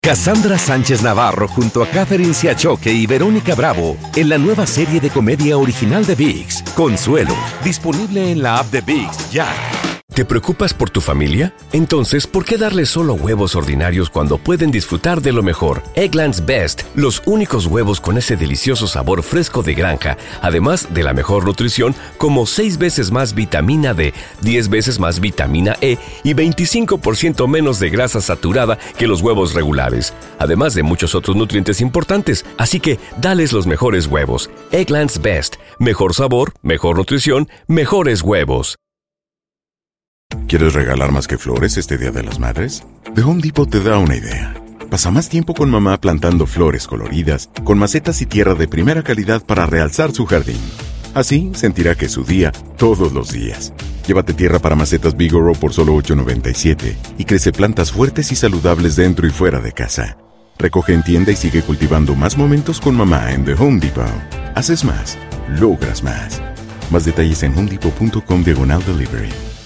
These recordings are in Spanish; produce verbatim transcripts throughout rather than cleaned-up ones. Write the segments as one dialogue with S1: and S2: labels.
S1: Cassandra Sánchez Navarro junto a Catherine Siachoque y Verónica Bravo en la nueva serie de comedia original de ViX, Consuelo, disponible en la app de ViX ya.
S2: ¿Te preocupas por tu familia? Entonces, ¿por qué darles solo huevos ordinarios cuando pueden disfrutar de lo mejor? Eggland's Best, los únicos huevos con ese delicioso sabor fresco de granja, además de la mejor nutrición, como seis veces más vitamina D, diez veces más vitamina E y veinticinco por ciento menos de grasa saturada que los huevos regulares, además de muchos otros nutrientes importantes. Así que, dales los mejores huevos. Eggland's Best, mejor sabor, mejor nutrición, mejores huevos.
S3: ¿Quieres regalar más que flores este Día de las Madres? The Home Depot te da una idea. Pasa más tiempo con mamá plantando flores coloridas, con macetas y tierra de primera calidad para realzar su jardín. Así sentirá que es su día todos los días. Llévate tierra para macetas Bigoro por solo ocho noventa y siete y crece plantas fuertes y saludables dentro y fuera de casa. Recoge en tienda y sigue cultivando más momentos con mamá en The Home Depot. Haces más, logras más. Más detalles en homedepot.com diagonal delivery.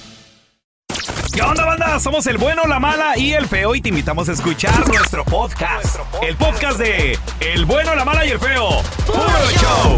S4: ¿Qué onda, banda? Somos el bueno, la mala y el feo y te invitamos a escuchar nuestro podcast. El podcast de El bueno, la mala y el feo. ¡Puro show!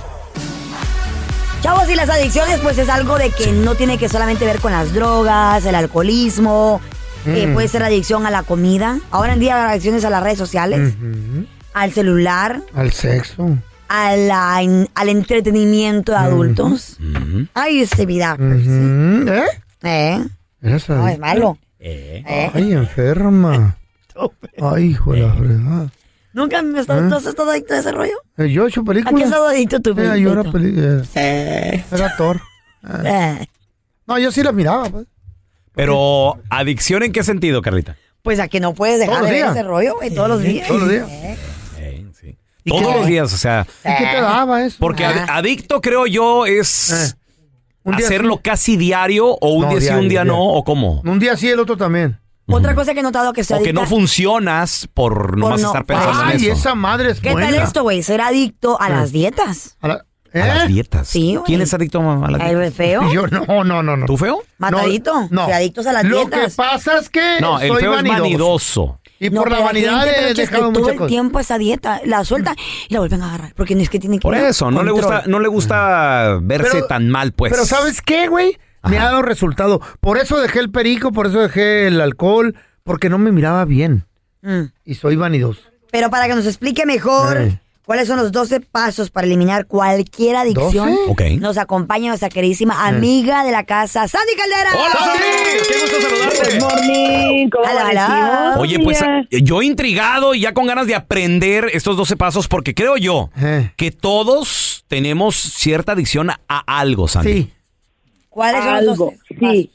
S5: Chavos, y las adicciones pues es algo de que no tiene que solamente ver con las drogas, el alcoholismo, mm. eh, puede ser adicción a la comida. Ahora en día adicciones a las redes sociales, mm-hmm. al celular,
S6: al sexo,
S5: a la, in, al entretenimiento de adultos. Mm-hmm. Ay, este vida.
S6: Mm-hmm. ¿Eh?
S5: ¿Eh?
S6: Esa
S5: no, es malo.
S6: Eh. ¿Eh? Ay, enferma. Ay, hijo de la fregada.
S5: ¿Nunca me estás, ¿Eh? ¿tú has estado adicto a ese rollo?
S6: Eh, ¿Yo he hecho películas?
S5: ¿A qué has estado adicto tú?
S6: Eh, yo era película. Eh. Era Thor. Eh.
S5: Eh.
S6: No, yo sí la miraba, pues.
S4: Pero, ¿adicción en qué sentido, Carlita?
S5: Pues a que no puedes dejar de ver ese rollo, güey, todos los días.
S6: Todos los días.
S5: Eh.
S4: Eh, sí. Todos los días, o sea.
S6: ¿Y qué te daba eso?
S4: Porque ah. adicto, creo yo, es... Eh. ¿Hacerlo
S6: sí.
S4: casi diario o un no, día diario, sí, un día, día no? ¿O cómo?
S6: Un día sí, el otro también.
S5: Otra cosa que he notado que se
S4: O
S5: adicta...
S4: que no funcionas por nomás no. estar pensando
S6: Ay,
S4: en eso.
S6: Ay, esa madre es
S5: ¿Qué
S6: buena.
S5: tal esto, güey? Ser adicto a ¿Eh? las dietas.
S6: ¿A, la... ¿Eh?
S4: ¿A las dietas?
S5: Sí, güey.
S4: ¿Quién es adicto a las dietas?
S5: ¿El feo?
S6: Yo no, no, no. no.
S4: ¿Tú, feo?
S5: Matadito.
S6: No.
S5: no. Adictos a las
S6: Lo
S5: dietas.
S6: Lo que pasa es que
S4: No, el
S6: soy
S4: feo
S6: vanidoso.
S4: es vanidoso.
S6: Y
S5: no,
S6: por la vanidad
S5: gente,
S6: he dejado
S5: todo
S6: muchas
S5: el
S6: cosas.
S5: tiempo esa dieta la suelta y la vuelven a agarrar porque no es que tienen que
S4: por eso no le gusta no le gusta verse
S6: pero,
S4: tan mal, pues.
S6: Pero ¿sabes qué, güey? Me ha dado resultado. Por eso dejé el perico, por eso dejé el alcohol, porque no me miraba bien. Mm. Y soy vanidoso.
S5: Pero para que nos explique mejor Ay. cuáles son los doce pasos para eliminar cualquier adicción,
S6: ¿doce?
S4: Okay.
S5: nos acompaña nuestra queridísima amiga de la casa, Sandy Caldera.
S4: ¡Hola, Sandy! ¡Qué gusto saludarte!
S7: Good morning. ¿Cómo
S5: hola,
S4: Oye, pues yo intrigado y ya con ganas de aprender estos doce pasos porque creo yo eh. que todos tenemos cierta adicción a, a algo, Sandy.
S6: Sí.
S5: ¿Cuáles son los doce
S7: sí.
S5: pasos?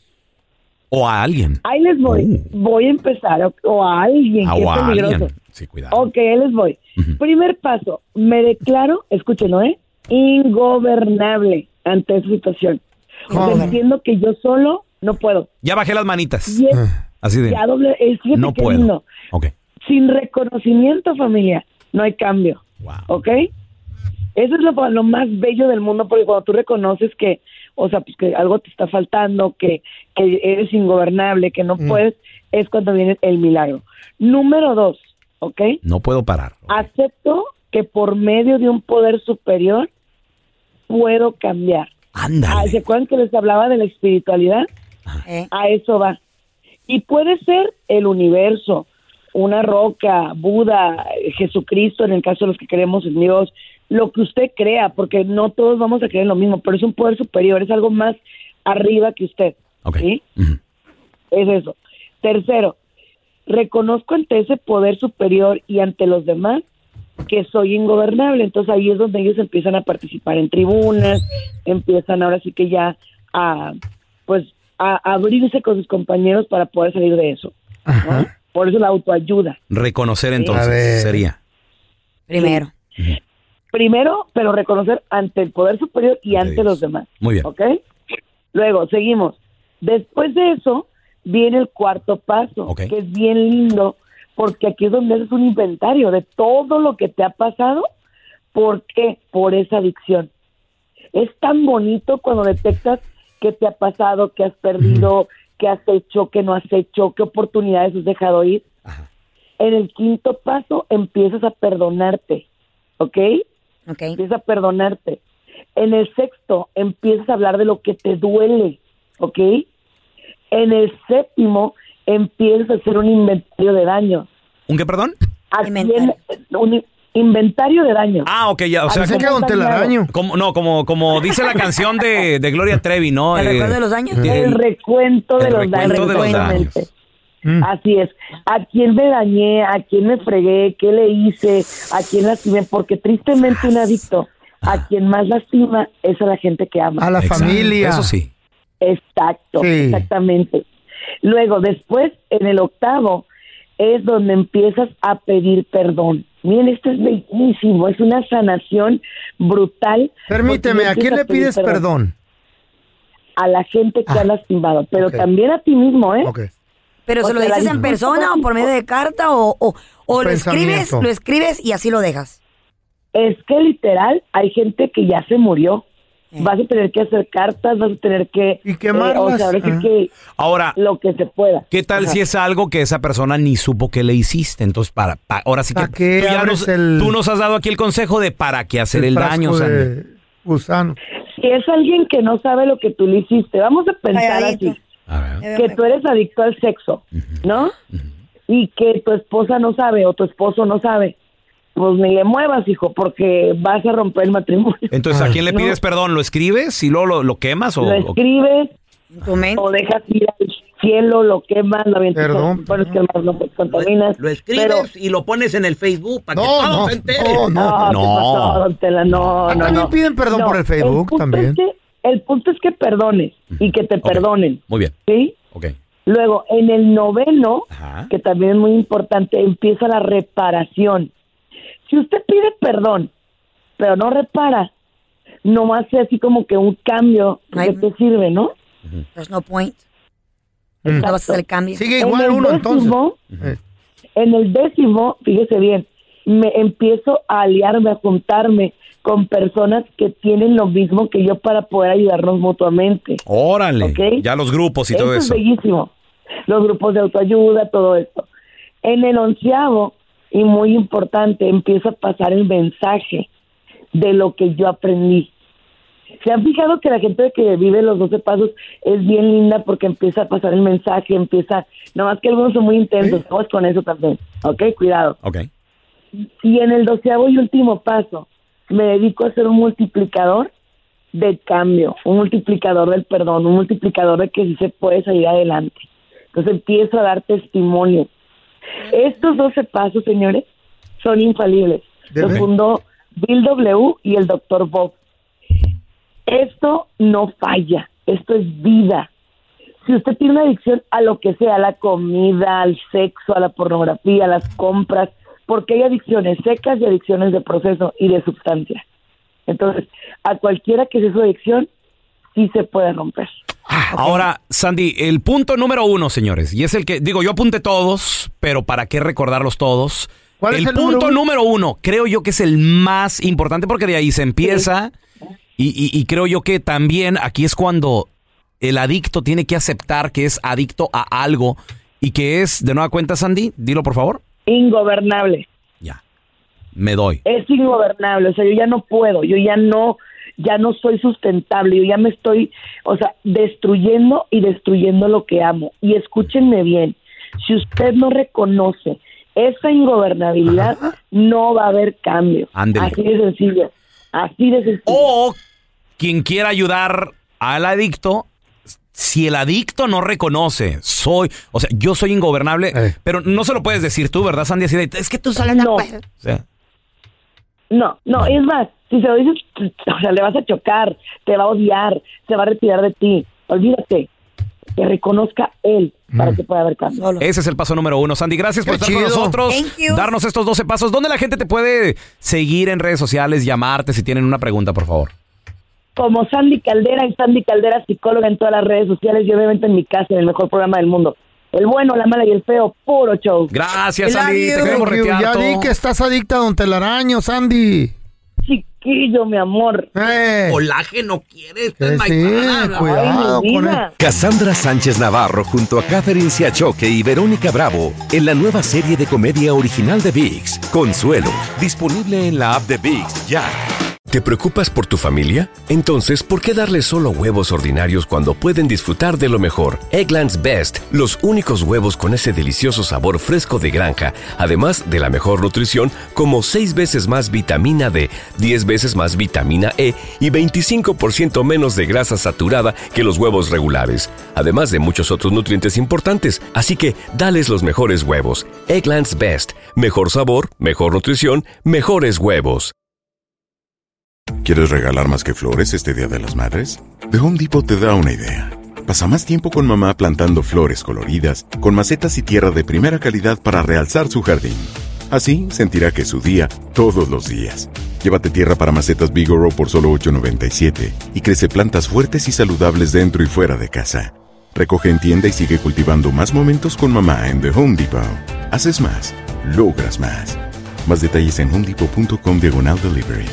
S4: O a alguien.
S7: Ahí les voy. Uh. Voy a empezar. O, o a alguien.
S4: A,
S7: que
S4: o
S7: es
S4: a
S7: peligroso.
S4: alguien. Sí, cuidado.
S7: Ok, ahí les voy. Uh-huh. Primer paso. Me declaro, escúchenlo, ¿eh? Ingobernable ante esa situación. O sea, entiendo que yo solo no puedo.
S4: Ya bajé las manitas.
S7: Es,
S4: Así de.
S7: Ya doble, es,
S4: no puedo.
S7: Lindo.
S4: Okay.
S7: Sin reconocimiento, familia, no hay cambio.
S4: Wow.
S7: ¿Ok? Eso es lo, lo más bello del mundo, porque cuando tú reconoces que, o sea, pues que algo te está faltando, que, que eres ingobernable, que no mm. puedes, es cuando viene el milagro. Número dos, ¿ok?
S4: No puedo parar. Okay.
S7: Acepto que por medio de un poder superior puedo cambiar.
S4: Ándale.
S7: ¿Se acuerdan que les hablaba de la espiritualidad?
S5: ¿Eh?
S7: A eso va. Y puede ser el universo, una roca, Buda, Jesucristo, en el caso de los que creemos en Dios, lo que usted crea, porque no todos vamos a creer en lo mismo, pero es un poder superior, es algo más arriba que usted.
S4: Okay.
S7: ¿Sí? Uh-huh. Es eso. Tercero, reconozco ante ese poder superior y ante los demás que soy ingobernable. Entonces ahí es donde ellos empiezan a participar en tribunas, empiezan ahora sí que ya a, pues, a abrirse con sus compañeros para poder salir de eso, ¿no? Por eso la autoayuda.
S4: Reconocer entonces, ¿sí? Sería.
S5: Primero.
S4: Uh-huh.
S7: Primero, pero reconocer ante el poder superior y ante Dios. Los demás.
S4: Muy bien.
S7: ¿Ok? Luego, seguimos. Después de eso, viene el cuarto paso,
S4: okay.
S7: que es bien lindo, porque aquí es donde haces un inventario de todo lo que te ha pasado. ¿Por qué? Por esa adicción. Es tan bonito cuando detectas qué te ha pasado, qué has perdido, uh-huh. qué has hecho, qué no has hecho, qué oportunidades has dejado ir.
S4: Ajá.
S7: En el quinto paso empiezas a perdonarte, ¿ok?
S5: Ok.
S7: Empiezas a perdonarte. En el sexto empiezas a hablar de lo que te duele, ¿ok? En el séptimo empiezas a hacer un inventario de daños.
S4: ¿Un qué, perdón?
S7: ¿A
S5: Inventario.
S7: quién? Un inventario de daños.
S4: Ah, ok, ya, o sea,
S6: Pensé que
S4: como,
S6: Don Telaraño.
S4: como- no, como, como dice la canción de, de Gloria Trevi, ¿no?
S5: ¿El
S4: Eh,
S5: recuerdo de los daños?
S7: El recuento de
S4: el
S7: los daños.
S4: recuento de los
S7: exactamente.
S4: daños.
S6: Mm.
S7: Así es. ¿A quién me dañé? ¿A quién me fregué? ¿Qué le hice? ¿A quién lastimé? Porque tristemente un adicto, a quien más lastima es a la gente que ama.
S6: A la
S4: Exacto,
S6: familia.
S4: Eso sí.
S7: Exacto,
S6: Sí.
S7: exactamente. Luego, después, en el octavo, es donde empiezas a pedir perdón. Miren, esto es bellísimo, es una sanación brutal.
S6: Permíteme,
S7: porque
S6: ¿a quién
S7: empiezas
S6: le pides
S7: pedir
S6: perdón?
S7: A la gente que
S6: Ah,
S7: ha lastimado, pero
S6: ok.
S7: también a ti mismo, ¿eh?
S6: Ok.
S5: ¿Pero
S7: O
S5: se lo
S7: sea, la
S5: dices en
S7: disculpa
S5: persona o por medio de carta o, o, o lo escribes,
S6: Pensamiento.
S5: lo escribes y así lo dejas?
S7: Es que literal hay gente que ya se murió.
S5: Eh.
S7: Vas a tener que hacer cartas, vas a tener que...
S6: Y quemarlas.
S7: o sea, ahora sí
S6: Ah.
S7: que
S4: Ahora,
S7: lo que se pueda.
S4: ¿qué tal
S7: Ajá.
S4: si es algo que esa persona ni supo que le hiciste? Entonces, para, pa- ahora sí que
S6: ¿Para qué
S4: tú, ya
S6: abres
S4: nos,
S6: el-
S4: tú nos has dado aquí el consejo de para qué hacer el,
S6: frasco
S4: daño, Sandy.
S6: de gusano.
S7: Si es alguien que no sabe lo que tú le hiciste, vamos a pensar
S5: Calladito.
S7: así.
S4: A ver.
S7: Que tú eres adicto al sexo, ¿no? Y que tu esposa no sabe o tu esposo no sabe. Pues ni le muevas, hijo, porque vas a romper el matrimonio.
S4: Entonces, ¿a quién le
S7: No.
S4: pides perdón? ¿Lo escribes y luego lo, lo quemas? O,
S7: Lo
S4: o-
S7: escribes
S5: En tu mente.
S7: o dejas ir al cielo, lo quemas, lo avientas.
S6: Perdón,
S7: Bueno, es que más lo contaminas.
S8: Lo escribes
S7: pero-
S8: y lo pones en el Facebook para que
S6: No,
S8: todos
S6: no,
S8: se enteren.
S6: no, no.
S7: No, ¿qué pasó, don Tela? No,
S6: Ah,
S7: no,
S6: también
S7: no.
S6: piden perdón
S7: No,
S6: por el Facebook,
S7: punto
S6: también.
S7: es que- el punto es que perdones y que te
S4: Ok.
S7: perdonen,
S4: Muy bien.
S7: ¿sí?
S4: Ok.
S7: Luego, en el noveno,
S4: Ajá.
S7: que también es muy importante, empieza la reparación. Si usted pide perdón, pero no repara, no hace así como que un cambio que
S5: Ay.
S7: te sirve, ¿no?
S5: There's no point.
S6: Mm.
S5: No vas a hacer el cambio.
S6: Sigue
S7: En
S6: igual
S7: el
S6: uno entonces.
S7: décimo,
S6: Eh,
S7: En el décimo, fíjese bien, me empiezo a aliarme, a juntarme con personas que tienen lo mismo que yo para poder ayudarnos mutuamente.
S4: Órale.
S7: Ok.
S4: Ya los grupos y todo
S7: Eso
S4: eso.
S7: es bellísimo. Los grupos de autoayuda, todo esto. En el onceavo, y muy importante, empieza a pasar el mensaje de lo que yo aprendí. ¿Se han fijado que la gente que vive los doce pasos es bien linda porque empieza a pasar el mensaje, empieza... Nomás que algunos son muy intensos, vamos con eso también. ¿Ok? Cuidado.
S4: Ok.
S7: Y en el doceavo y último paso, me dedico a ser un multiplicador de cambio, un multiplicador del perdón, un multiplicador de que sí se puede salir adelante. Entonces empiezo a dar testimonio. Estos doce pasos, señores, son infalibles.
S6: ¿De
S7: Los
S6: ver-
S7: fundó Bill W. y el doctor Bob. Esto no falla, esto es vida. Si usted tiene una adicción a lo que sea, a la comida, al sexo, a la pornografía, a las compras, porque hay adicciones secas y adicciones de proceso y de sustancia. Entonces, a cualquiera que sea su adicción, sí se puede romper.
S4: Ahora, Sandy, el punto número uno, señores, y es el que, digo, yo apunté todos, pero ¿para qué recordarlos todos?
S6: ¿Cuál es
S4: el
S6: el número
S4: punto
S6: uno?
S4: número uno, creo yo que es el más importante porque de ahí se empieza y, y- y creo yo que también aquí es cuando el adicto tiene que aceptar que es adicto a algo y que es, de nueva cuenta, Sandy, dilo por favor.
S7: Ingobernable.
S4: Ya, me doy.
S7: Es ingobernable, o sea, yo ya no puedo, yo ya no, ya no soy sustentable, yo ya me estoy, o sea, destruyendo y destruyendo lo que amo. Y escúchenme bien, si usted no reconoce esa ingobernabilidad, no va a haber cambio.
S4: Ándele.
S7: Así de sencillo, así de sencillo.
S4: O quien quiera ayudar al adicto, si el adicto no reconoce, soy, o sea, yo soy ingobernable,
S6: Eh.
S4: pero no se lo puedes decir tú, ¿verdad, Sandy? Así de, es que tú solo no,
S7: No.
S4: puedes. O sea,
S7: No, no, es más, si se lo dices, o sea, le vas a chocar, te va a odiar, se va a retirar de ti. Olvídate, que reconozca él para que pueda haber cambio.
S5: Solo.
S4: ese es el paso número uno. Sandy, gracias por
S6: Qué
S4: estar con
S6: chido.
S4: nosotros,
S5: Thank you.
S4: darnos estos doce pasos. ¿Dónde la gente te puede seguir en redes sociales, llamarte si tienen una pregunta, por favor?
S7: Como Sandy Caldera y Sandy Caldera, psicóloga en todas las redes sociales y obviamente en mi casa, en el mejor programa del mundo. El bueno, la mala y el feo, puro show.
S4: Gracias,
S5: I love
S4: Sandy.
S5: you.
S4: Te queremos
S6: Thank you.
S4: retear
S6: Ya
S4: todo.
S6: di que estás adicta a Don Telaraño, Sandy.
S7: Sí, chiquillo, mi amor.
S6: Eh.
S8: Colágeno quiere, esta
S6: Que
S8: es
S6: sí,
S8: maizada.
S6: cuidado
S7: Ay, mi
S6: con
S7: vida.
S6: él.
S1: Cassandra Sánchez Navarro junto a Catherine Siachoque y Verónica Bravo en la nueva serie de comedia original de ViX, Consuelo, disponible en la app de ViX ya.
S2: ¿Te preocupas por tu familia? Entonces, ¿por qué darles solo huevos ordinarios cuando pueden disfrutar de lo mejor? Eggland's Best, los únicos huevos con ese delicioso sabor fresco de granja, además de la mejor nutrición, como seis veces más vitamina D, diez veces más vitamina E y veinticinco por ciento menos de grasa saturada que los huevos regulares, además de muchos otros nutrientes importantes. Así que, dales los mejores huevos. Eggland's Best, mejor sabor, mejor nutrición, mejores huevos.
S3: ¿Quieres regalar más que flores este Día de las Madres? The Home Depot te da una idea. Pasa más tiempo con mamá plantando flores coloridas, con macetas y tierra de primera calidad para realzar su jardín. Así sentirá que es su día todos los días. Llévate tierra para macetas Bigoro por solo ocho noventa y siete y crece plantas fuertes y saludables dentro y fuera de casa. Recoge en tienda y sigue cultivando más momentos con mamá en The Home Depot. Haces más, logras más. Más detalles en homedepot.com diagonal delivery.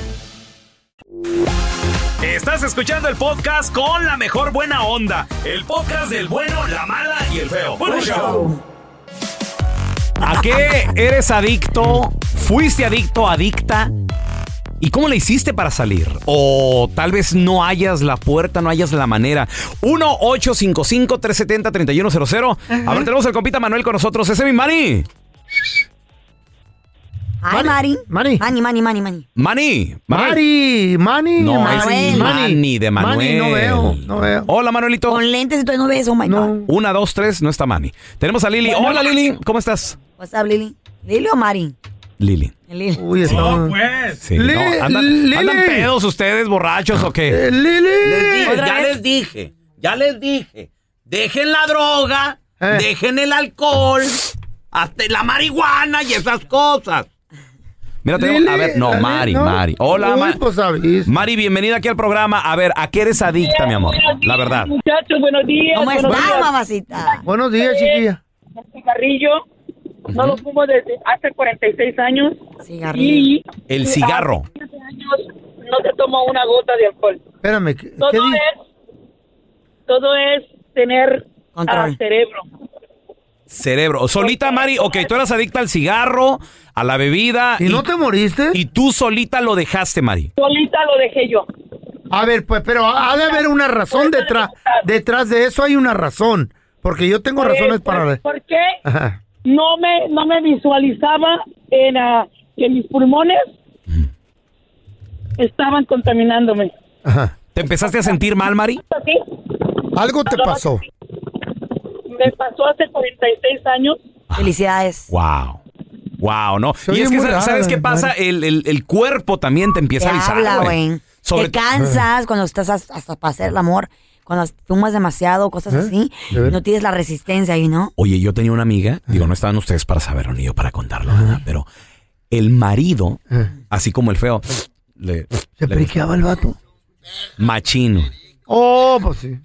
S4: Estás escuchando el podcast con la mejor buena onda. El podcast del bueno, la mala y el feo. ¡Buen show! ¿A qué eres adicto? ¿Fuiste adicto, adicta? ¿Y cómo le hiciste para salir? O tal vez no hayas la puerta, no hayas la manera. uno ocho cinco cinco, tres siete cero, tres uno cero cero. A ver, tenemos al compita Manuel con nosotros. Ese es mi Manny.
S5: Ay, Mari.
S6: Mari.
S5: Mani, Mani, Mani, Mani.
S4: Manny.
S6: Mari, Mani.
S4: No,
S5: Manuel.
S4: es Manny de Manuel.
S6: Mani, no veo, no veo.
S4: Hola, Manuelito.
S5: Con lentes y tú no ves, oh my
S6: No.
S5: God.
S4: Una, dos, tres, no está Manny. Tenemos a Lili. Hola, Lili. ¿Cómo estás?
S5: What's up, Lili? ¿Lili o Mari?
S4: Lili.
S5: Lili.
S6: Uy, está...
S4: Sí,
S6: Li-
S4: no, andan,
S6: Lili.
S4: andan pedos ustedes, borrachos o qué.
S6: Eh, Lili.
S8: Les dije,
S5: ¿Otra
S8: ya
S5: vez?
S8: les dije, ya les dije. Dejen la droga,
S6: Eh.
S8: dejen el alcohol, hasta la marihuana y esas cosas.
S4: Mira, tenemos,
S6: Lili,
S4: a ver, no,
S6: Lili,
S4: Mari,
S6: no.
S4: Mari. Hola,
S6: Uy,
S4: Ma-
S6: pues avisa.
S4: Mari, bienvenida aquí al programa. A ver, ¿a qué eres adicta, mi amor? La verdad.
S7: Muchachos, buenos días.
S5: ¿Cómo
S7: buenos
S5: estás,
S7: días.
S5: mamacita?
S6: Buenos días, chiquilla.
S7: El cigarrillo, no lo fumo desde hace cuarenta y seis años.
S5: Cigarrillo.
S7: Y
S4: El cigarro.
S7: hace quince años no se toma una gota de alcohol.
S6: Espérame, ¿qué,
S7: Todo
S6: qué di-
S7: es, todo es tener
S5: Control.
S7: ah, cerebro.
S4: Cerebro. Solita, Mari, ok, tú eras adicta al cigarro, a la bebida.
S6: ¿Y no te moriste?
S4: Y tú solita lo dejaste, Mari.
S7: Solita lo dejé yo.
S6: A ver, pues, pero ha de haber una razón detrás. Detrás de eso hay una razón. Porque yo tengo razones
S7: Eh,
S6: para...
S7: ¿Por qué?
S6: Ajá.
S7: No me, no me visualizaba en ah, que mis pulmones estaban contaminándome.
S6: Ajá.
S4: ¿Te empezaste a sentir mal, Mari?
S7: ¿Así?
S6: Algo te pasó.
S7: Me pasó hace cuarenta y seis años.
S5: Felicidades.
S4: Wow. Wow, ¿no?
S6: Se
S4: Y
S6: oye
S4: es que,
S6: muy
S4: ¿sabes,
S6: raro,
S4: ¿sabes qué pasa?
S6: Mari.
S4: El, el, el cuerpo también te
S5: Te
S4: empieza a avisar,
S5: habla,
S4: güey.
S5: güey.
S4: Sobre
S5: Te cansas cuando estás as- hasta para hacer el amor. Cuando fumas demasiado, cosas
S6: ¿Eh?
S5: así.
S6: ¿De ver?
S5: No tienes la resistencia ahí, ¿no?
S4: Oye, yo tenía una amiga, digo, no estaban ustedes para saberlo ni yo para contarlo, ¿verdad? Pero el marido,
S6: Eh.
S4: así como el feo, le,
S6: ¿Se
S4: le-
S6: periqueaba el vato?
S4: machino.
S6: Oh, pues sí.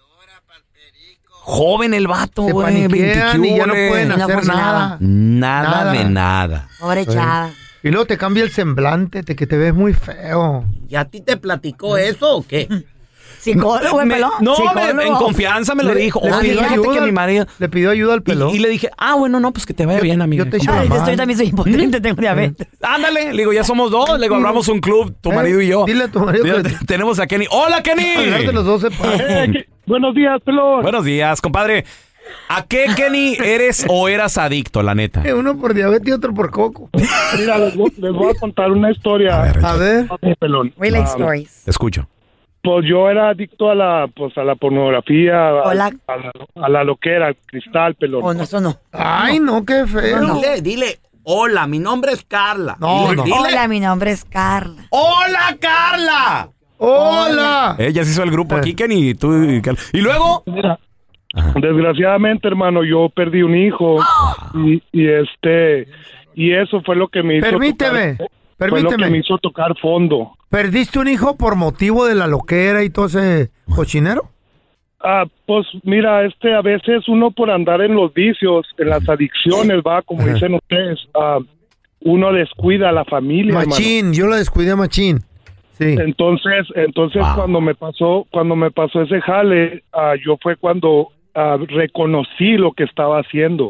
S4: Joven el vato,
S6: Se
S4: güey.
S6: paniquean y ya no
S4: veinticuatro.
S6: pueden
S5: Y no
S6: hacer
S5: funcionaba.
S6: nada.
S4: Nada,
S6: Nada.
S4: de nada.
S5: Pobre chava.
S6: Y luego te cambia el semblante, te, que te ves muy feo.
S8: ¿Y a ti te platicó eso o qué?
S5: Psicólogo, el
S4: Me-
S5: pelón.
S4: no, me-
S5: Psicólogo.
S4: en confianza me lo
S6: Le-
S4: dijo.
S6: le
S4: Oye,
S6: pidió
S4: fíjate
S6: ayuda
S4: que mi
S6: al-
S4: marido...
S6: Le pidió ayuda al pelón.
S4: Y, y le dije, ah, bueno, no, pues que te vaya bien, amiga.
S6: yo te echo la
S5: Ay,
S6: mano.
S5: estoy también soy impotente, tengo diabetes.
S4: Ándale, le digo, ya somos dos, le digo, abramos un club, tu
S6: Eh,
S4: marido y yo.
S6: dile a tu marido
S4: Mira,
S6: que-
S4: te- Tenemos a Kenny. ¡Hola, Kenny!
S6: Hablar de los dos se para.
S7: Buenos días, pelón.
S4: Buenos días, compadre. ¿A qué, Kenny, eres o eras adicto, la neta?
S6: Uno por diabetes y otro por coco.
S7: Mira, les voy, les voy a contar una historia.
S4: A ver,
S6: A ver.
S7: pelón.
S5: We like
S7: Ah,
S5: stories.
S4: te escucho.
S7: Pues yo era adicto a la, pues a la pornografía, a,
S5: Hola.
S7: a la, a la loquera, al cristal, pelón.
S5: Oh, no, eso no.
S6: Ay, no, qué feo.
S5: No, no.
S8: Dile, dile, hola, mi nombre es Carla.
S6: No,
S8: dile,
S6: no.
S8: dile,
S5: Hola, mi nombre es Carla.
S8: ¡Hola, Carla!
S6: ¡Hola!
S4: Ella se hizo el grupo aquí, Kenny, y tú y Cal- Y luego...
S7: Mira, desgraciadamente, hermano, yo perdí un hijo y, y este y eso fue lo que me hizo
S6: Permíteme,
S7: tocar, fue lo que
S6: permíteme.
S7: me hizo tocar fondo.
S6: ¿Perdiste un hijo por motivo de la loquera y todo ese cochinero?
S7: Ah, pues mira, este a veces uno por andar en los vicios, en las adicciones, va, como
S6: Ajá.
S7: dicen ustedes, ah, uno descuida a la familia, hermano.
S6: Machín, yo la descuidé a Machín. Sí.
S9: Entonces, entonces
S4: Wow.
S9: cuando me pasó, cuando me pasó ese jale, uh, yo fue cuando uh, reconocí lo que estaba haciendo.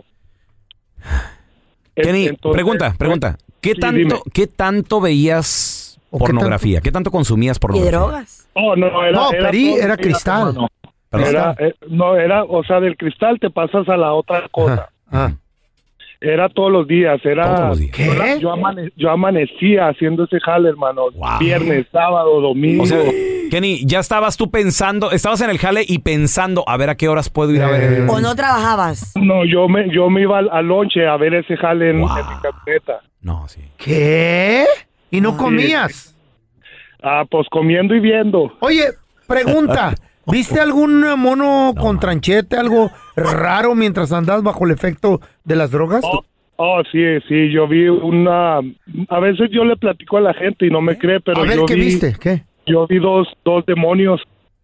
S4: Kenny,
S9: Entonces,
S4: pregunta, pregunta. ¿Qué
S9: sí,
S4: tanto,
S9: dime.
S4: qué tanto veías
S6: ¿O qué
S4: pornografía? ¿Qué tanto consumías
S5: Y
S4: pornografía?
S5: drogas.
S9: Oh, no, era,
S6: No,
S9: era,
S6: Peri,
S9: todo-
S6: era cristal.
S9: hermano.
S4: Perdón.
S9: Era, eh, no, era, o sea, del cristal te pasas a la otra cosa.
S6: Ah.
S9: Era todos los días, era...
S4: Todos los días.
S6: ¿Qué?
S9: Yo, la- yo, amane- yo amanecía haciendo ese jale, hermano.
S4: Wow.
S9: Viernes, sábado, domingo.
S4: O sea, Kenny, ya estabas tú pensando, estabas en el jale y pensando, a ver a qué horas puedo ir a ver.
S6: Eh.
S5: ¿O no trabajabas?
S9: No, yo me, yo me iba al, al lonche a ver ese jale en,
S4: Wow.
S9: en mi camioneta.
S4: No, sí.
S6: ¿Qué? ¿Y no comías?
S9: Ah, pues comiendo y viendo.
S6: Oye, pregunta. ¿Viste algún mono con tranchete, algo raro mientras andabas bajo el efecto de las drogas?
S9: Oh, oh, sí, sí, yo vi una... A veces yo le platico a la gente y no me cree, pero
S6: A ver,
S9: yo
S6: ¿qué
S9: vi...
S6: viste? ¿Qué?
S9: Yo vi dos, dos demonios.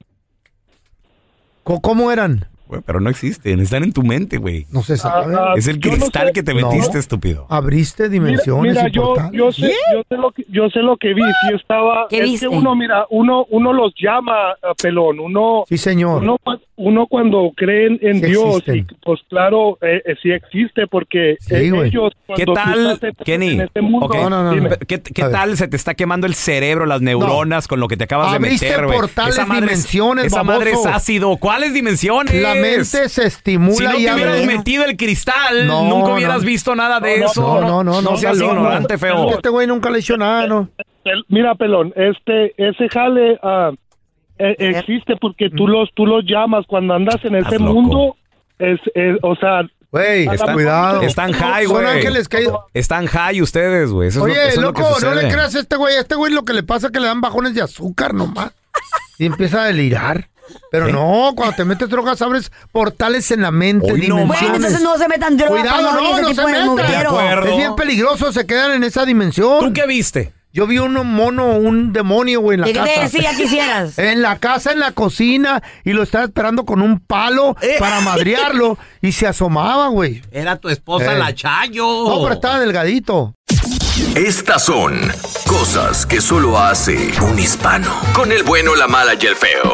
S6: ¿Cómo, cómo eran?
S4: Güey, pero no existen, están en tu mente, güey.
S6: No se sabe.
S9: Ah,
S4: Es el
S9: yo no
S4: cristal
S9: sé.
S4: que te
S6: No.
S4: metiste, estúpido.
S6: ¿Abriste
S9: Mira,
S6: dimensiones
S9: mira,
S6: y
S9: yo,
S6: portales?
S9: yo sé, yo sé lo que, yo sé lo que vi. Sí estaba.
S5: ¿Qué
S9: es
S5: viste?
S9: que uno, mira, uno, uno los llama ah, pelón. Uno,
S6: Sí, señor.
S9: uno, cua- uno cuando cree en, en
S6: Sí
S9: Dios,
S6: existen.
S9: y pues claro, eh, eh, sí existe porque
S6: Sí,
S9: eh,
S6: güey.
S9: ellos.
S4: ¿Qué
S9: cuando tú
S4: tal,
S9: estás en-
S4: Kenny?
S9: En este mundo,
S4: Ok.
S6: No, no, no,
S9: dime.
S6: no.
S4: ¿Qué, qué
S6: A ver.
S4: tal se te está quemando el cerebro, las neuronas con lo que te acabas de
S6: Abriste
S4: meter, güey?
S6: portales,
S4: Esa madre es-
S6: dimensiones,
S4: Esa madre es
S6: baboso.
S4: ácido. ¿Cuáles dimensiones?
S6: La mente se estimula
S4: Si no
S6: y
S4: te
S6: abre.
S4: hubieras metido el cristal,
S6: No,
S4: nunca hubieras
S6: no.
S4: visto nada de
S9: No, no,
S4: eso.
S6: No, no, no, no.
S4: No seas
S6: pelón, no.
S4: ignorante, feo.
S6: Este güey nunca le hizo nada, ¿no?
S9: El- Mira, pelón, este, ese jale ah, eh, existe porque tú los, tú los llamas cuando andas en ese
S4: Estás loco.
S9: mundo. Es, es, o sea,
S6: Güey,
S9: Están-
S6: cuidado.
S4: Están high,
S6: Son
S4: güey.
S6: ángeles caídos.
S4: Están high ustedes, güey. Eso es lo-
S6: Oye,
S4: eso es lo que
S6: loco, no
S4: sucede.
S6: le creas a este güey. A este güey lo que le pasa es que le dan bajones de azúcar nomás. Y empieza a delirar. Pero
S4: ¿Eh?
S6: no, cuando te metes drogas abres portales en la mente,
S4: Hoy no
S5: Bueno,
S6: dimensiones.
S5: entonces no se metan drogas
S6: Cuidado,
S5: para no,
S6: no,
S5: ese
S6: no
S5: tipo
S6: se
S5: de
S6: metan.
S5: mugrero.
S4: De acuerdo.
S6: Es bien peligroso, se quedan en esa dimensión.
S4: ¿Tú qué viste?
S6: Yo vi un mono, un demonio, güey, en la
S5: ¿Y qué te
S6: casa.
S5: decía quisieras?
S6: En la casa, en la cocina, y lo estaba esperando con un palo
S4: Eh.
S6: para madrearlo, y se asomaba, güey.
S8: Era tu esposa
S6: Eh.
S8: la Chayo.
S6: No, pero estaba delgadito.
S10: Estas son cosas que solo hace un hispano. Con el bueno, la mala y el feo.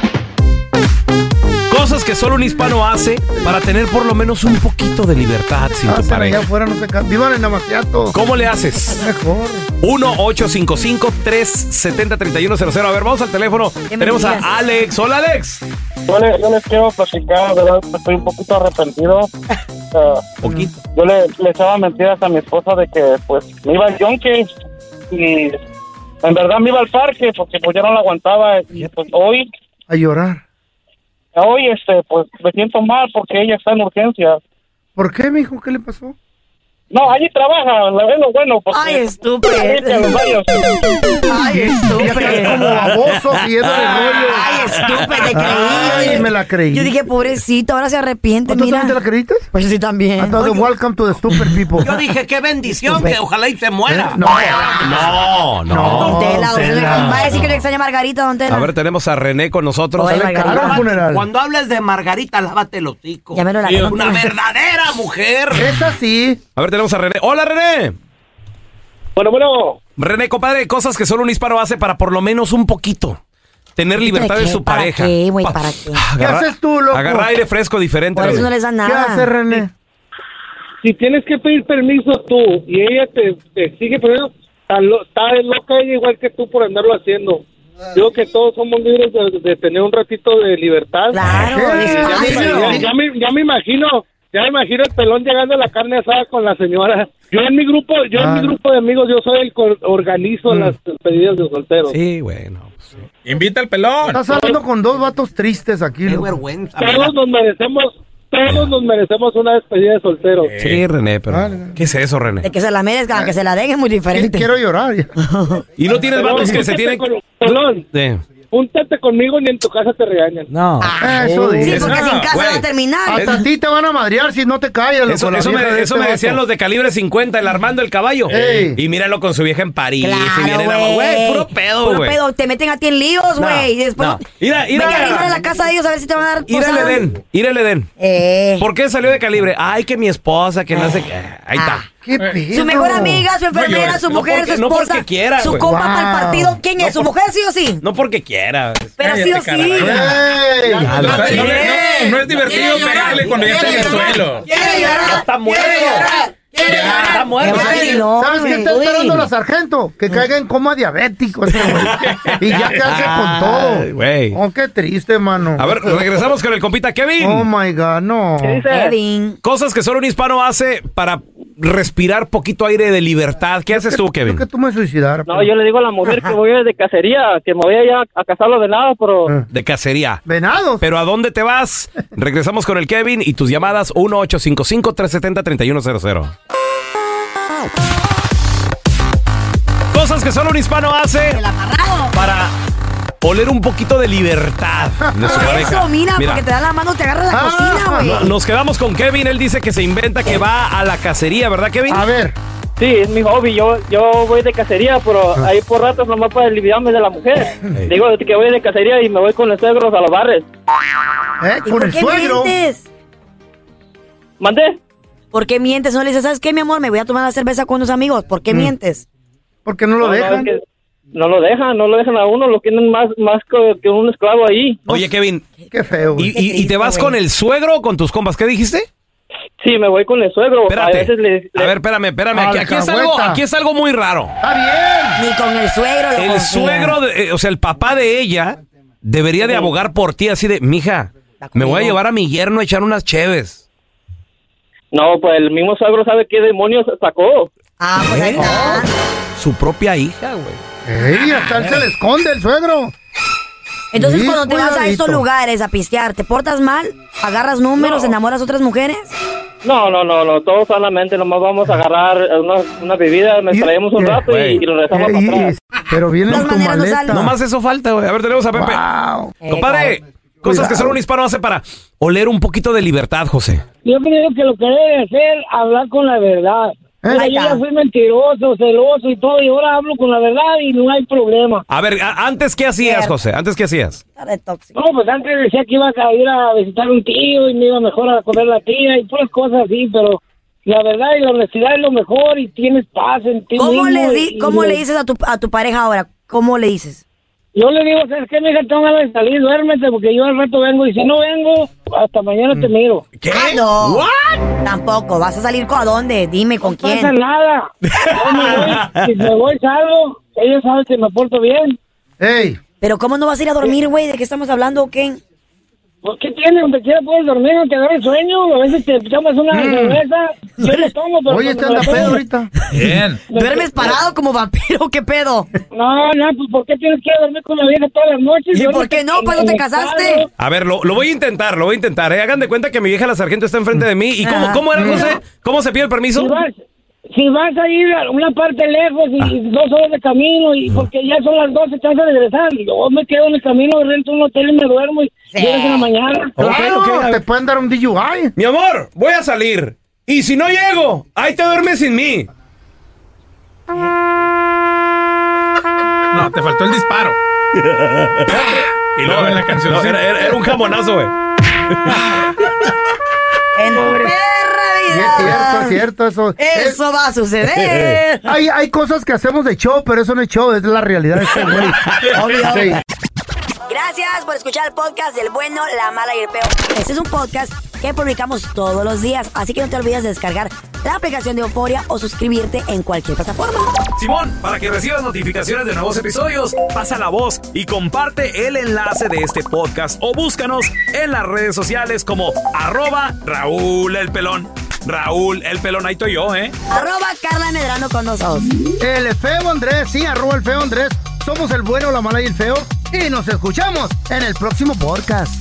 S4: Cosas que solo un hispano hace para tener por lo menos un poquito de libertad sin tu
S6: Hacen allá
S4: pareja.
S6: afuera, no se ca- Vivan en Amaciato.
S4: ¿Cómo le haces?
S6: Mejor.
S4: uno ocho cinco cinco, tres siete cero, tres uno cero cero. A ver, vamos al teléfono.
S5: ¿Qué me
S4: Tenemos
S5: digas?
S4: a Alex. Hola, Alex.
S11: Yo, le- yo les quiero platicar, ¿verdad? Estoy un poquito arrepentido. Ah,
S4: Poquito.
S11: yo le, le echaba mentiras a mi esposa de que, pues, me iba al yonke y en verdad me iba al parque porque pues ya no la aguantaba y pues hoy,
S6: A llorar.
S11: hoy este, pues me siento mal porque ella está en urgencias.
S6: ¿Por qué, mijo? ¿Qué le pasó?
S11: No, allí trabaja, la es lo bueno. Porque
S5: Ay, estúpido.
S11: limpia los baños.
S5: Ay,
S6: Ya estás como
S5: estúpido.
S6: baboso, siguiendo el rollo.
S5: Ay, estúpido, te
S6: Ay,
S5: creí.
S6: me la creí.
S5: Yo dije, pobrecito, ahora se arrepiente,
S6: ¿Tú también
S5: mira.
S6: te la creíste?
S5: Pues sí, también.
S6: Entonces, welcome to the stupid people.
S8: Yo dije, qué bendición, que ojalá y se muera.
S6: ¿Eh? No,
S4: No, no.
S6: No.
S5: Don Tela,
S6: Don
S5: usted
S6: Tela.
S5: va a decir que le extraña a Margarita, Don Tela.
S4: A ver, tenemos a René con nosotros.
S5: Oye,
S6: Sale
S5: Margarita.
S6: caro el funeral.
S8: Cuando hables de Margarita, lávate el hocico.
S5: Ya me lo lavé,
S8: Sí,
S5: Don
S8: Una
S5: Tela.
S8: verdadera mujer.
S6: Es así.
S4: A ver, tenemos a René. Hola, René.
S11: Bueno, bueno,
S4: René, compadre, cosas que solo un hispano hace para por lo menos un poquito tener libertad de
S5: qué?
S4: su
S5: ¿Para
S4: pareja.
S5: qué, güey?
S4: Pa-
S5: ¿Para qué?
S6: ¿Qué haces tú, loco?
S4: Agarra aire fresco diferente.
S5: Por eso
S4: René.
S5: no les dan
S6: ¿Qué
S5: nada.
S6: hace René?
S11: si tienes que pedir permiso tú y ella te, te sigue poniendo, está, lo- está loca ella igual que tú por andarlo haciendo. Digo que todos somos libres de, de tener un ratito de libertad.
S5: Claro,
S6: ¿Qué?
S11: Ya me,
S5: despacio.
S11: ya, ya me, ya me imagino, ya me imagino el pelón llegando a la carne asada con la señora. Yo en mi grupo, yo en
S6: Ah.
S11: mi grupo de amigos, yo soy el que organizo las despedidas de solteros.
S4: Sí, bueno. Pues, sí.
S8: Invita al pelón.
S6: Estás hablando con dos vatos tristes aquí,
S8: Qué
S6: loco.
S8: vergüenza.
S11: Todos nos merecemos, todos nos merecemos una despedida de solteros.
S4: Sí, René, pero
S6: Vale, vale.
S4: ¿qué es eso, René?
S5: De que se la merezcan, que se la den es muy diferente.
S6: Quiero llorar. ya.
S4: Y no tienes
S11: Pelón,
S4: vatos que se
S11: júntate
S4: tienen...
S11: con- pelón,
S4: Sí.
S11: júntate conmigo ni en tu casa te regañan.
S4: No.
S6: Ah, Eso
S5: Sí,
S6: dice.
S5: porque
S4: no,
S5: sin casa
S4: güey.
S5: va a terminar.
S6: Hasta a ti te van a madrear si no te callas.
S4: Eso,
S6: loco, la
S4: eso me,
S6: vieja de
S4: eso
S6: este
S4: me decían
S6: vato.
S4: los de calibre cincuenta, el Armando el caballo.
S6: Ey.
S4: Y míralo con su vieja en París. y
S5: Claro,
S4: viene la-
S5: güey.
S4: güey, puro pedo,
S5: Puro
S4: güey.
S5: pedo. Te meten a ti en líos,
S4: No,
S5: güey. Y después.
S4: no. Ira, ira.
S5: Vete a arrimar a la casa de ellos a ver si te van a dar.
S4: Ir al
S5: posada.
S4: Edén, ir al Edén.
S5: Eh.
S4: ¿Por qué salió de calibre? Ay, que mi esposa, que no sé qué. Ahí está.
S5: Ah.
S6: ¿Qué pedo?
S5: Su mejor amiga, su enfermera,
S4: No,
S5: su
S4: no
S5: mujer,
S4: porque-
S5: su
S4: no
S5: esposa,
S4: porque quiera,
S5: su
S4: güey.
S5: compa
S6: Wow.
S5: para el partido. ¿Quién es?
S4: No
S5: ¿Su
S4: por-
S5: mujer sí o sí?
S4: No porque quiera.
S5: Pero sí o sí.
S6: ¡Ey!
S12: No, no, no, no es divertido pegarle cuando ya está en el suelo.
S5: ¡Quiere llorar!
S4: Está muerto. Está muerto.
S5: Qué
S6: ¿Sabes
S5: vacilón,
S6: ¿Sabes qué
S5: güey.
S6: está esperando la sargento? Que caiga en coma diabético ese güey. Y ya quedarse con todo.
S4: Ay, güey.
S6: Oh, qué triste, mano.
S4: A ver, regresamos con el compita Kevin.
S6: Oh, my God, no.
S5: Kevin.
S4: Cosas que solo un hispano hace para respirar poquito aire de libertad. ¿Qué haces tú, Kevin?
S6: Creo que tú me suicidaras.
S11: No, yo le digo a la mujer que voy de cacería, que me voy allá a cazar los venados, pero...
S4: De cacería.
S6: ¿Venados?
S4: ¿Pero a dónde te vas? Regresamos con el Kevin y tus llamadas uno ocho cinco cinco, tres siete cero, tres uno cero cero. Cosas que solo un hispano hace
S5: El amarrado.
S4: para oler un poquito de libertad de su
S5: Por
S4: pareja.
S5: eso, mira, porque te da la mano, te agarra la
S6: Ah,
S5: cocina,
S4: No-
S5: güey.
S4: Nos quedamos con Kevin. Él dice que se inventa que va a la cacería, ¿verdad, Kevin?
S6: A ver.
S11: Sí, es mi hobby, yo yo voy de cacería, pero ahí por ratos nomás para olvidarme de la mujer.
S4: Ey.
S11: Digo que voy de cacería y me voy con los suegros a los bares.
S6: ¿Eh?
S5: ¿Y
S6: Con
S5: por
S6: el
S5: qué
S6: suegro.
S5: mientes?
S11: ¿Mandé?
S5: ¿Por qué mientes? No le dices, ¿sabes qué, mi amor? Me voy a tomar la cerveza con unos amigos. ¿Por qué mientes?
S6: Porque no lo
S11: No, no,
S6: dejan.
S11: es que no lo dejan, no lo dejan a uno, lo tienen más, más que, que un esclavo ahí.
S4: Oye, Kevin,
S6: Qué feo.
S4: ¿y,
S6: güey.
S4: y- y te vas con el suegro o con tus compas? ¿Qué dijiste?
S11: Sí, me voy con el suegro.
S4: Espérate.
S11: A veces le, le-
S4: A ver, espérame, espérame. Aquí, aquí es algo,
S6: Alcahueta.
S4: aquí es algo muy raro.
S6: Está bien.
S5: Ni con el suegro lo
S4: El
S5: confía.
S4: suegro, de- eh, o sea, el papá de ella, debería de abogar por ti así de, mija, me voy a llevar a mi yerno a echar unas cheves.
S11: No, pues el mismo suegro sabe qué demonios sacó.
S5: Ah, pues ahí está.
S4: Su propia hija, güey.
S6: Ey, hasta él se le esconde el suegro.
S5: Entonces,
S6: Sí,
S5: cuando te vas a
S6: cuidadito.
S5: estos lugares a pistear, ¿te portas mal? ¿Agarras números?
S11: No.
S5: ¿Enamoras a otras mujeres?
S11: No, no, no, no, todo sanamente, nomás vamos a agarrar una, una bebida, nos
S6: Y-
S11: traemos un
S6: y-
S11: rato y,
S4: güey.
S11: y lo regresamos
S6: Ey,
S11: para atrás.
S6: pero viene
S5: Las
S6: en tu
S5: maneras no
S6: maleta.
S5: salen.
S4: No más eso falta, güey. A ver, tenemos a Pepe.
S6: Wow.
S4: Compadre,
S5: Eh,
S4: cosas
S6: Cuidado.
S4: que solo un hispano hace para oler un poquito de libertad, José.
S13: Yo creo que lo que debe hacer hablar con la verdad. Mira,
S5: Ahí
S13: yo
S5: está.
S13: ya fui mentiroso, celoso y todo, y ahora hablo con la verdad y no hay problema.
S4: A ver, a- antes, ¿qué hacías,
S5: Cierto.
S4: José? ¿Antes qué hacías?
S5: Está de tóxico.
S13: No, pues antes decía que iba a ir a visitar un tío y me iba mejor a comer la tía y puras cosas así, pero la verdad y la honestidad es lo mejor y tienes paz en ti
S5: ¿Cómo,
S13: mismo.
S5: le, di-
S13: y-
S5: ¿cómo
S13: y-
S5: le dices a tu, a tu pareja ahora? ¿Cómo le dices?
S13: Yo le digo, ¿sabes qué, mija? Tengo ganas de salir, duérmete, porque yo al rato vengo y si no vengo, hasta mañana te miro.
S4: ¿Qué?
S5: Ah, no. Tampoco. ¿Vas a salir con a dónde? Dime con
S13: No pasa
S5: quién.
S13: nada. Yo me voy, si me voy salgo, ella sabe que me porto bien.
S6: Ey,
S5: Pero ¿cómo no vas a ir a dormir, güey? ¿De qué estamos hablando o qué?
S13: ¿Por qué tienes? Donde quiera puedes dormir, no te agarres sueño. A veces te tomas una cerveza. Yo le tomo, pero
S6: oye,
S13: cuando
S6: este anda
S13: me la
S6: pedo
S13: tomo-
S6: ahorita.
S12: Bien.
S5: ¿Duermes parado como vampiro? ¿Qué pedo?
S13: No, no, pues ¿por qué tienes que dormir con la vieja todas las noches?
S5: ¿Y
S13: Duérmete
S5: por qué no?
S13: en-
S5: ¿Para eso
S13: en
S5: te
S13: el
S5: casaste?
S13: carro.
S4: A ver, lo, lo voy a intentar, lo voy a intentar. ¿eh? Hagan de cuenta que mi vieja la sargento está enfrente de mí. ¿Y cómo,
S5: Ajá.
S4: cómo era, José? ¿Cómo se pide el permiso?
S13: Si vas, si vas a ir a una parte lejos y
S4: Ah.
S13: dos horas de camino, y porque ya son las doce, te vas a regresar. Y yo me quedo en el camino, rento un hotel y me duermo y
S5: Sí.
S13: llegas en la mañana.
S4: Ok,
S6: Claro,
S4: ok, a ver.
S6: te pueden dar un D U I.
S4: Mi amor, voy a salir. Y si no llego, ahí te duermes sin mí.
S12: No, te faltó el disparo. Y luego en la canción.
S4: No, era, era- era un jamonazo, güey.
S5: En tu perra
S6: Sí,
S5: vida.
S6: es cierto, es cierto, eso.
S5: Eso va a suceder.
S6: Hay, hay cosas que hacemos de show, pero eso no es show, es la realidad de este güey.
S5: Obvio.
S6: Sí.
S5: Gracias por escuchar el podcast del bueno, la mala y el peor. Este es un podcast que publicamos todos los días, así que no te olvides de descargar la aplicación de Euforia o suscribirte en cualquier plataforma.
S4: Simón, para que recibas notificaciones de nuevos episodios, pasa la voz y comparte el enlace de este podcast o búscanos en las redes sociales como arroba Raúl el Pelón. Raúl el Pelón, ahí estoy yo, ¿eh?
S5: Arroba Carla Medrano con nosotros.
S6: El feo Andrés, sí, arroba el feo Andrés. Somos el bueno, la mala y el feo. Y nos escuchamos en el próximo podcast.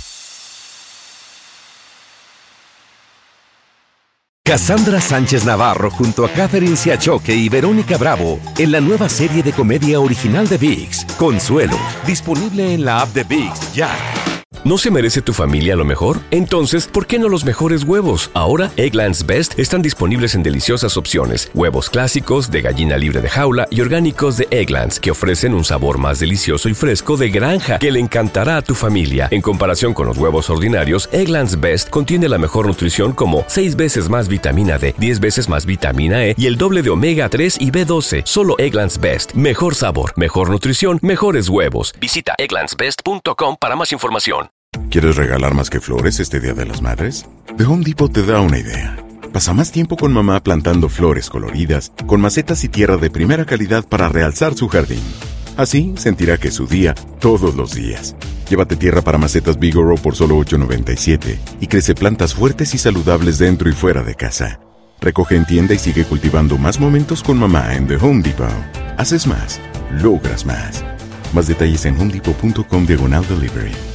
S1: Cassandra Sánchez Navarro junto a Catherine Siachoque y Verónica Bravo en la nueva serie de comedia original de ViX, Consuelo, disponible en la app de ViX ya.
S2: ¿No se merece tu familia lo mejor? Entonces, ¿por qué no los mejores huevos? Ahora, Eggland's Best están disponibles en deliciosas opciones. Huevos clásicos, de gallina libre de jaula y orgánicos de Eggland's, que ofrecen un sabor más delicioso y fresco de granja que le encantará a tu familia. En comparación con los huevos ordinarios, Eggland's Best contiene la mejor nutrición como seis veces más vitamina D, diez veces más vitamina E y el doble de omega tres y B doce. Solo Eggland's Best. Mejor sabor, mejor nutrición, mejores huevos. Visita egglands best punto com para más información.
S3: ¿Quieres regalar más que flores este Día de las Madres? The Home Depot te da una idea. Pasa más tiempo con mamá plantando flores coloridas, con macetas y tierra de primera calidad para realzar su jardín. Así sentirá que es su día todos los días. Llévate tierra para macetas Bigoro por solo ocho noventa y siete y crece plantas fuertes y saludables dentro y fuera de casa. Recoge en tienda y sigue cultivando más momentos con mamá en The Home Depot. Haces más, logras más. Más detalles en homedepot punto com diagonal delivery.